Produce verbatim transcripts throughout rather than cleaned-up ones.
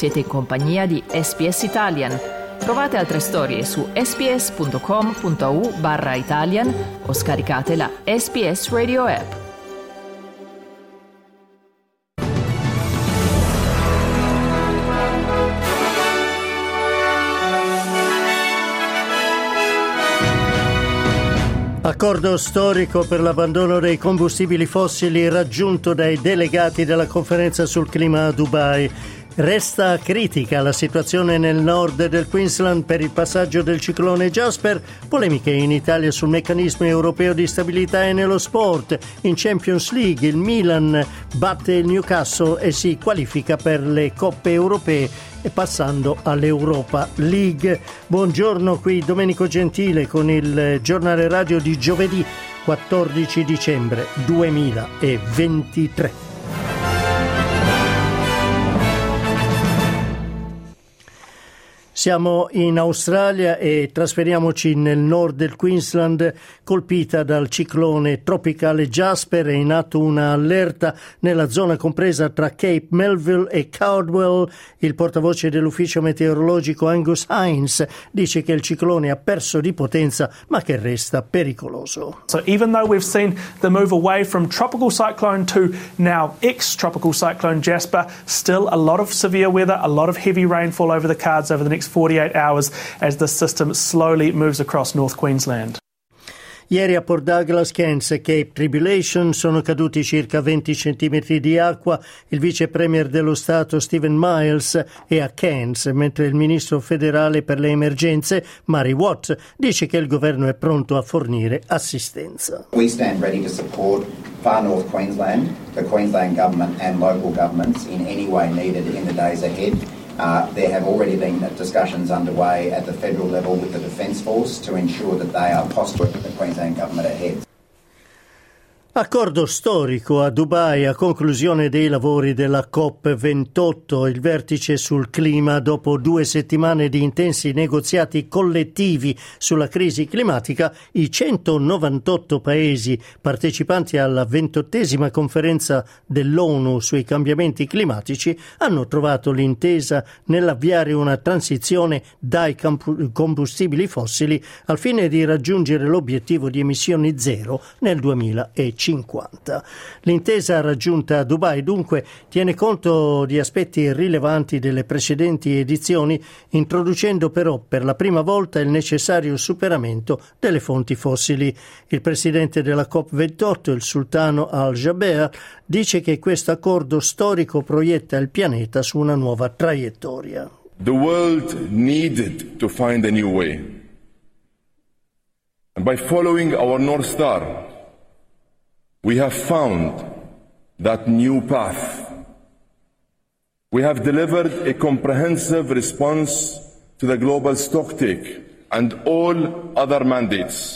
Siete in compagnia di S B S Italian. Trovate altre storie su sbs.com.au barra Italian o scaricate la S B S Radio app. Accordo storico per l'abbandono dei combustibili fossili raggiunto dai delegati della conferenza sul clima a Dubai. Resta critica la situazione nel nord del Queensland per il passaggio del ciclone Jasper, polemiche in Italia sul meccanismo europeo di stabilità e nello sport. In Champions League il Milan batte il Newcastle e si qualifica per le coppe europee e passando all'Europa League. Buongiorno, qui Domenico Gentile con il giornale radio di giovedì quattordici dicembre duemilaventitré. Siamo in Australia e trasferiamoci nel nord del Queensland, colpita dal ciclone tropicale Jasper. È in atto una allerta nella zona compresa tra Cape Melville e Caldwell. Il portavoce dell'ufficio meteorologico Angus Hines dice che il ciclone ha perso di potenza ma che resta pericoloso. So even though we've seen the move away from tropical cyclone to now ex-tropical cyclone Jasper, still a lot of severe weather, a lot of heavy rainfall over the cards over the next forty-eight hours as the system slowly moves across North Queensland. Ieri a Port Douglas, Cairns e Cape Tribulation sono caduti circa venti centimetri di acqua. Il vice premier dello Stato Stephen Miles è a Cairns, mentre il ministro federale per le emergenze Murray Watt dice che il governo è pronto a fornire assistenza. We stand ready to support Far North Queensland, the Queensland government and local governments in any way needed in the days ahead. Uh, there have already been discussions underway at the federal level with the Defence Force to ensure that they are posturing the Queensland Government ahead. Accordo storico a Dubai a conclusione dei lavori della COP ventotto, il vertice sul clima dopo due settimane di intensi negoziati collettivi sulla crisi climatica. I centonovantotto paesi partecipanti alla ventottesima conferenza dell'ONU sui cambiamenti climatici hanno trovato l'intesa nell'avviare una transizione dai combustibili fossili al fine di raggiungere l'obiettivo di emissioni zero nel duemilacinquanta. L'intesa raggiunta a Dubai dunque tiene conto di aspetti rilevanti delle precedenti edizioni, introducendo però per la prima volta il necessario superamento delle fonti fossili. Il presidente della COP ventotto, il sultano Al-Jaber, dice che questo accordo storico proietta il pianeta su una nuova traiettoria. The world needed to find a new way. And by following our North Star, we have found that new path. We have delivered a comprehensive response to the global stocktake and all other mandates.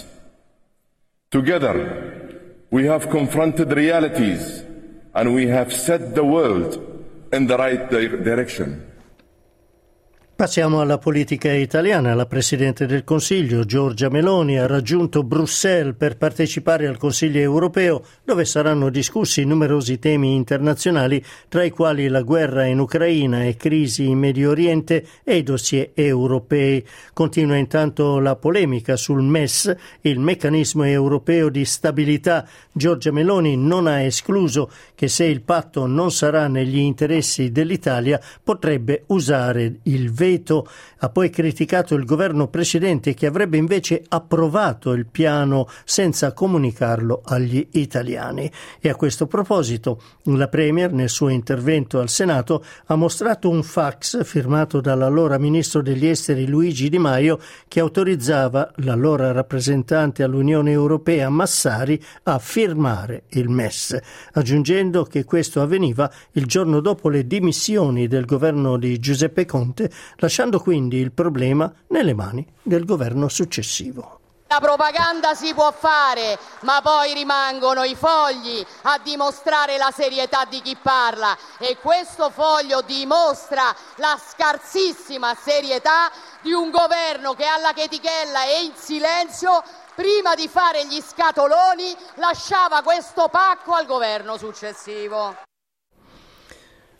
Together, we have confronted realities and we have set the world in the right di- direction. Passiamo alla politica italiana. La Presidente del Consiglio, Giorgia Meloni, ha raggiunto Bruxelles per partecipare al Consiglio europeo, dove saranno discussi numerosi temi internazionali, tra i quali la guerra in Ucraina e crisi in Medio Oriente e i dossier europei. Continua intanto la polemica sul M E S, il meccanismo europeo di stabilità. Giorgia Meloni non ha escluso che se il patto non sarà negli interessi dell'Italia potrebbe usare il veto. Ha poi criticato il governo precedente che avrebbe invece approvato il piano senza comunicarlo agli italiani. E a questo proposito la Premier nel suo intervento al Senato ha mostrato un fax firmato dall'allora ministro degli esteri Luigi Di Maio che autorizzava l'allora rappresentante all'Unione Europea Massari a firmare il M E S, aggiungendo che questo avveniva il giorno dopo le dimissioni del governo di Giuseppe Conte, lasciando quindi il problema nelle mani del governo successivo. La propaganda si può fare, ma poi rimangono i fogli a dimostrare la serietà di chi parla, e questo foglio dimostra la scarsissima serietà di un governo che alla chetichella e in silenzio, prima di fare gli scatoloni, lasciava questo pacco al governo successivo.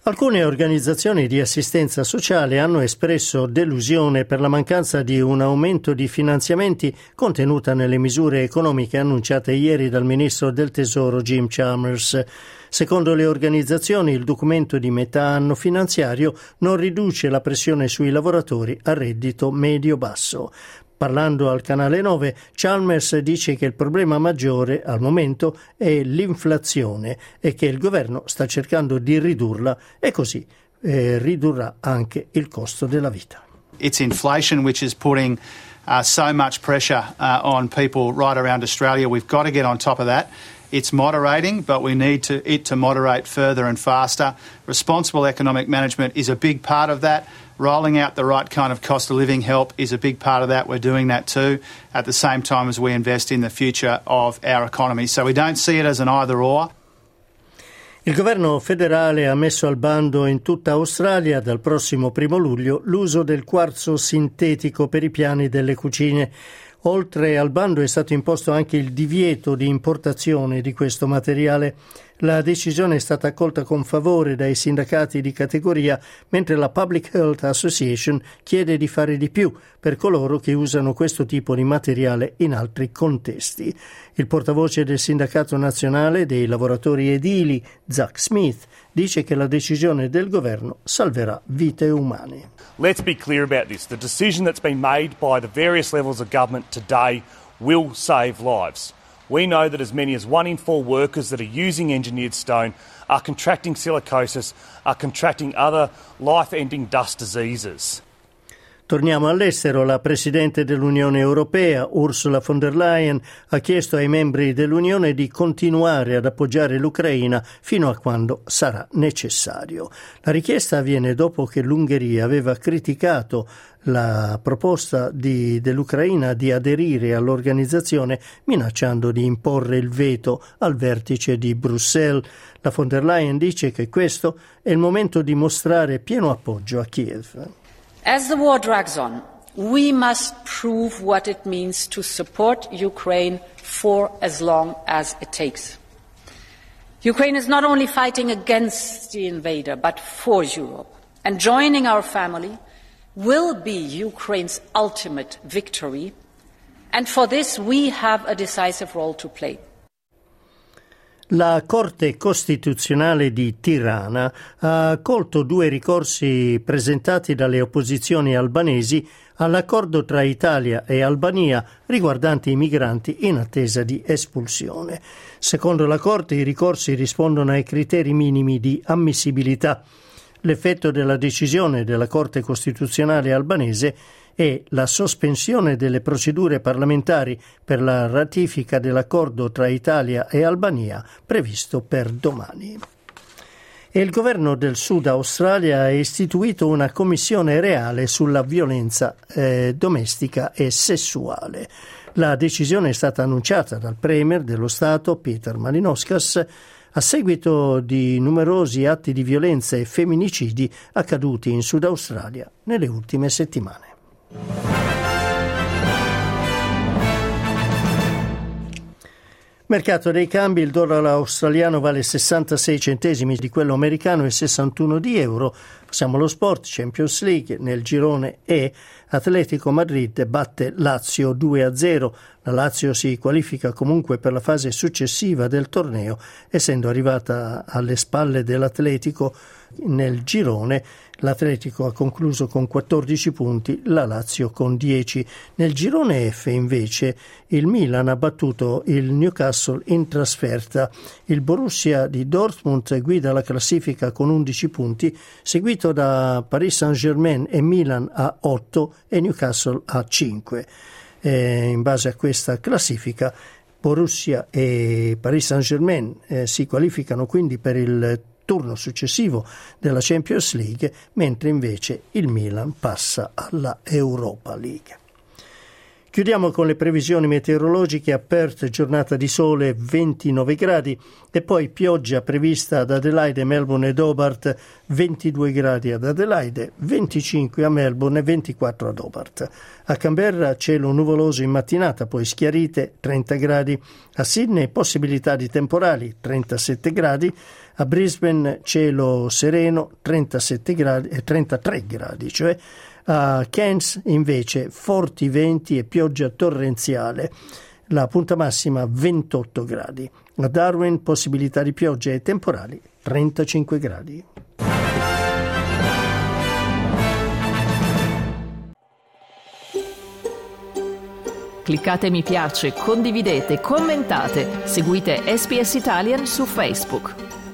Alcune organizzazioni di assistenza sociale hanno espresso delusione per la mancanza di un aumento di finanziamenti contenuta nelle misure economiche annunciate ieri dal ministro del Tesoro Jim Chalmers. Secondo le organizzazioni, il documento di metà anno finanziario non riduce la pressione sui lavoratori a reddito medio-basso. Parlando al canale nove, Chalmers dice che il problema maggiore al momento è l'inflazione e che il governo sta cercando di ridurla e così eh, ridurrà anche il costo della vita. It's inflation which is putting uh, so much pressure uh, on people right around Australia. We've got to get on top of that. It's moderating, but we need to, it to moderate further and faster. Responsible economic management is a big part of that. Rolling out the right kind of cost of living help is a big part of that. We're doing that too, at the same time as we invest in the future of our economy. So we don't see it as an either or. Il governo federale ha messo al bando in tutta Australia dal prossimo primo luglio l'uso del quarzo sintetico per i piani delle cucine. Oltre al bando è stato imposto anche il divieto di importazione di questo materiale. La decisione è stata accolta con favore dai sindacati di categoria, mentre la Public Health Association chiede di fare di più per coloro che usano questo tipo di materiale in altri contesti. Il portavoce del sindacato nazionale dei lavoratori edili, Zach Smith, dice che la decisione del governo salverà vite umane. Let's be clear about this. The decision that's been made by the various levels of government today will save lives. We know that as many as one in four workers that are using engineered stone are contracting silicosis, are contracting other life-ending dust diseases. Torniamo all'estero. La Presidente dell'Unione Europea, Ursula von der Leyen, ha chiesto ai membri dell'Unione di continuare ad appoggiare l'Ucraina fino a quando sarà necessario. La richiesta avviene dopo che l'Ungheria aveva criticato la proposta di, dell'Ucraina di aderire all'organizzazione, minacciando di imporre il veto al vertice di Bruxelles. La von der Leyen dice che questo è il momento di mostrare pieno appoggio a Kiev. As the war drags on, we must prove what it means to support Ukraine for as long as it takes. Ukraine is not only fighting against the invader, but for Europe. And joining our family will be Ukraine's ultimate victory. And for this, we have a decisive role to play. La Corte Costituzionale di Tirana ha accolto due ricorsi presentati dalle opposizioni albanesi all'accordo tra Italia e Albania riguardanti i migranti in attesa di espulsione. Secondo la Corte, i ricorsi rispondono ai criteri minimi di ammissibilità. L'effetto della decisione della Corte Costituzionale albanese è la sospensione delle procedure parlamentari per la ratifica dell'accordo tra Italia e Albania previsto per domani. E il governo del Sud Australia ha istituito una commissione reale sulla violenza eh, domestica e sessuale. La decisione è stata annunciata dal premier dello Stato, Peter Malinauskas, a seguito di numerosi atti di violenza e femminicidi accaduti in Sud Australia nelle ultime settimane. Mercato dei cambi: il dollaro australiano vale sessantasei centesimi di quello americano e sessantuno di euro. Passiamo allo sport. Champions League nel girone E. Atletico Madrid batte Lazio due a zero. La Lazio si qualifica comunque per la fase successiva del torneo, essendo arrivata alle spalle dell'Atletico nel girone. L'Atletico ha concluso con quattordici punti, la Lazio con dieci. Nel girone F invece il Milan ha battuto il Newcastle in trasferta. Il Borussia di Dortmund guida la classifica con undici punti, seguito da Paris Saint-Germain e Milan a otto e Newcastle a cinque. E in base a questa classifica Borussia e Paris Saint-Germain eh, si qualificano quindi per il turno successivo della Champions League, mentre invece il Milan passa alla Europa League. Chiudiamo con le previsioni meteorologiche. A Perth giornata di sole, ventinove gradi, e poi pioggia prevista ad Adelaide, Melbourne ed Hobart, ventidue gradi ad Adelaide, venticinque a Melbourne e ventiquattro ad Hobart. A Canberra cielo nuvoloso in mattinata, poi schiarite, trenta gradi. A Sydney possibilità di temporali, trentasette gradi. A Brisbane cielo sereno, trentasette gradi, eh, trentatré gradi, cioè. A Cairns invece forti venti e pioggia torrenziale, la punta massima ventotto gradi. A Darwin possibilità di piogge e temporali, trentacinque gradi. Cliccate mi piace, condividete, commentate, seguite S B S Italian su Facebook.